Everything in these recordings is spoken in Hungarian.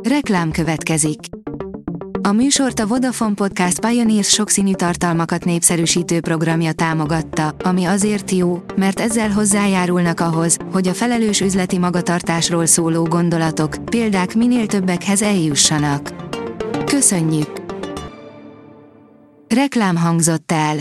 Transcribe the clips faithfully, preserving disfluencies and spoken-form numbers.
Reklám következik. A műsort a Vodafone Podcast Pioneers sokszínű tartalmakat népszerűsítő programja támogatta, ami azért jó, mert ezzel hozzájárulnak ahhoz, hogy a felelős üzleti magatartásról szóló gondolatok, példák minél többekhez eljussanak. Köszönjük! Reklám hangzott el.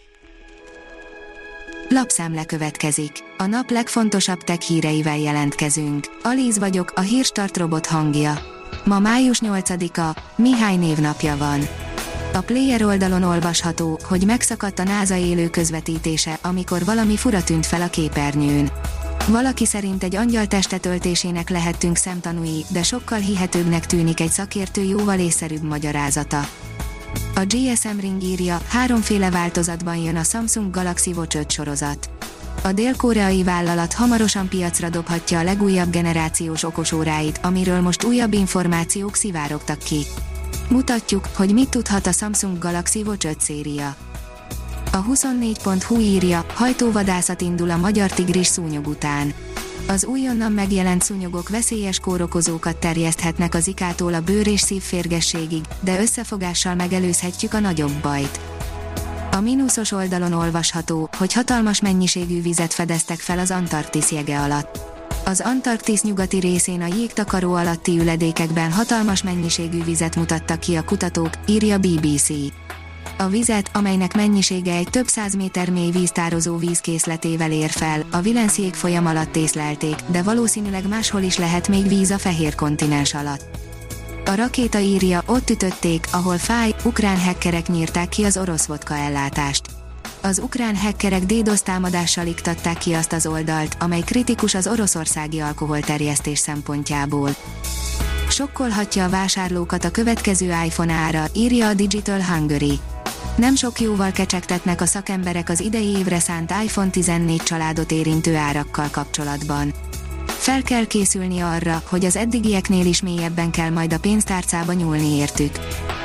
Lapszemle következik. A nap legfontosabb tech híreivel jelentkezünk. Alíz vagyok, a Hírstart robot hangja. Ma május nyolcadika, Mihály névnapja van. A Player oldalon olvasható, hogy megszakadt a NASA élő közvetítése, amikor valami fura tűnt fel a képernyőn. Valaki szerint egy angyaltestet öltésének lehettünk szemtanúi, de sokkal hihetőbbnek tűnik egy szakértő jóval észszerűbb magyarázata. A gé es em Ring írja, háromféle változatban jön a Samsung Galaxy Watch öt sorozat. A dél-koreai vállalat hamarosan piacra dobhatja a legújabb generációs okosóráit, amiről most újabb információk szivárogtak ki. Mutatjuk, hogy mit tudhat a Samsung Galaxy Watch öt széria. A huszonnégy pont hu írja, hajtóvadászat indul a magyar tigris szúnyog után. Az újonnan megjelent szúnyogok veszélyes kórokozókat terjeszthetnek a zikától a bőr- és szívférgességig, de összefogással megelőzhetjük a nagyobb bajt. A mínuszos oldalon olvasható, hogy hatalmas mennyiségű vizet fedeztek fel az Antarktisz jege alatt. Az Antarktisz nyugati részén a jégtakaró alatti üledékekben hatalmas mennyiségű vizet mutattak ki a kutatók, írja bé bé cé. A vizet, amelynek mennyisége egy több száz méter mély víztározó vízkészletével ér fel, a Villeneuve jégfolyam alatt észlelték, de valószínűleg máshol is lehet még víz a fehér kontinens alatt. A rakéta írja, ott ütötték, ahol fáj, ukrán hackerek nyírták ki az orosz vodka ellátást. Az ukrán hackerek DDoS támadással iktatták ki azt az oldalt, amely kritikus az oroszországi alkoholterjesztés szempontjából. Sokkolhatja a vásárlókat a következő iPhone ára, írja a Digital Hungary. Nem sok jóval kecsegtetnek a szakemberek az idei évre szánt iPhone tizennégy családot érintő árakkal kapcsolatban. Fel kell készülni arra, hogy az eddigieknél is mélyebben kell majd a pénztárcába nyúlni értük.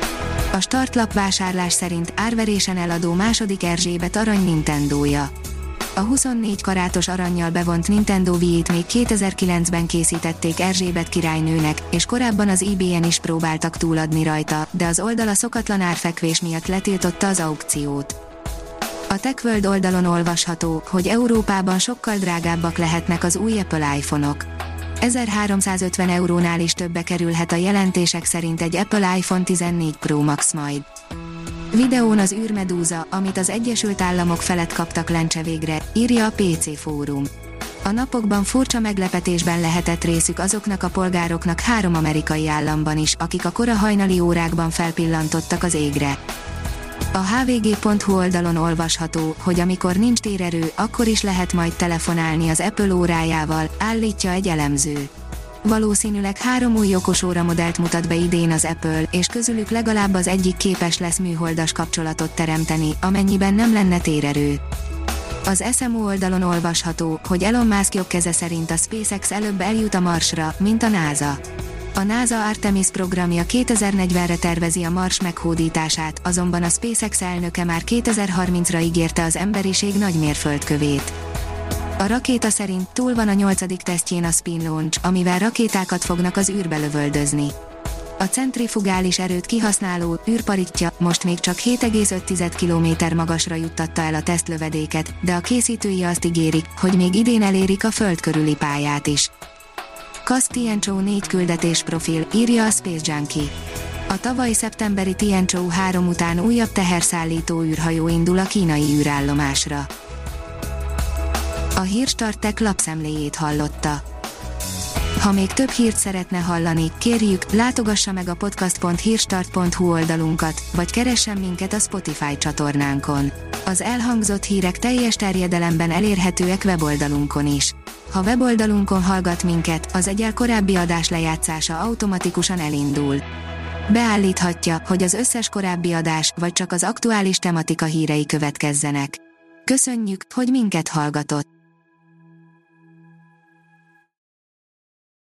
A startlap vásárlás szerint árverésen eladó második Erzsébet arany Nintendója. A huszonnégy karátos arannyal bevont Nintendo Wii-t még kétezer-kilencben készítették Erzsébet királynőnek, és korábban az eBay-en is próbáltak túladni rajta, de az oldal a szokatlan árfekvés miatt letiltotta az aukciót. A TechWorld oldalon olvasható, hogy Európában sokkal drágábbak lehetnek az új Apple iPhone-ok. ezerháromszázötven eurónál is többe kerülhet a jelentések szerint egy Apple iPhone tizennégy Pro Max majd. Videón az űrmedúza, amit az Egyesült Államok felett kaptak lencse végre, írja a pé cé Fórum. A napokban furcsa meglepetésben lehetett részük azoknak a polgároknak három amerikai államban is, akik a kora hajnali órákban felpillantottak az égre. A há vé gé pont hu oldalon olvasható, hogy amikor nincs térerő, akkor is lehet majd telefonálni az Apple órájával, állítja egy elemző. Valószínűleg három új okosóra modellt mutat be idén az Apple, és közülük legalább az egyik képes lesz műholdas kapcsolatot teremteni, amennyiben nem lenne térerő. Az es em o oldalon olvasható, hogy Elon Musk jobb keze szerint a SpaceX előbb eljut a Marsra, mint a NASA. A NASA Artemis programja kétezer-negyvenre tervezi a Mars meghódítását, azonban a SpaceX elnöke már kétezer-harmincra ígérte az emberiség nagy mérföldkövét. A rakéta szerint túl van a nyolcadik tesztjén a Spin Launch, amivel rakétákat fognak az űrbe lövöldözni. A centrifugális erőt kihasználó űrparitja most még csak hét egész öt kilométer magasra juttatta el a tesztlövedéket, de a készítői azt ígérik, hogy még idén elérik a föld körüli pályát is. Kask Tianzhou négy küldetés profil, írja a Space Junkie. A tavaly szeptemberi Tianzhou három után újabb teherszállító űrhajó indul a kínai űrállomásra. A Hírstart Tech lapszemléjét hallotta. Ha még több hírt szeretne hallani, kérjük, látogassa meg a podcast pont hírstart pont hu oldalunkat, vagy keressen minket a Spotify csatornánkon. Az elhangzott hírek teljes terjedelemben elérhetőek weboldalunkon is. Ha weboldalunkon hallgat minket, az egyel korábbi adás lejátszása automatikusan elindul. Beállíthatja, hogy az összes korábbi adás, vagy csak az aktuális tematika hírei következzenek. Köszönjük, hogy minket hallgatott!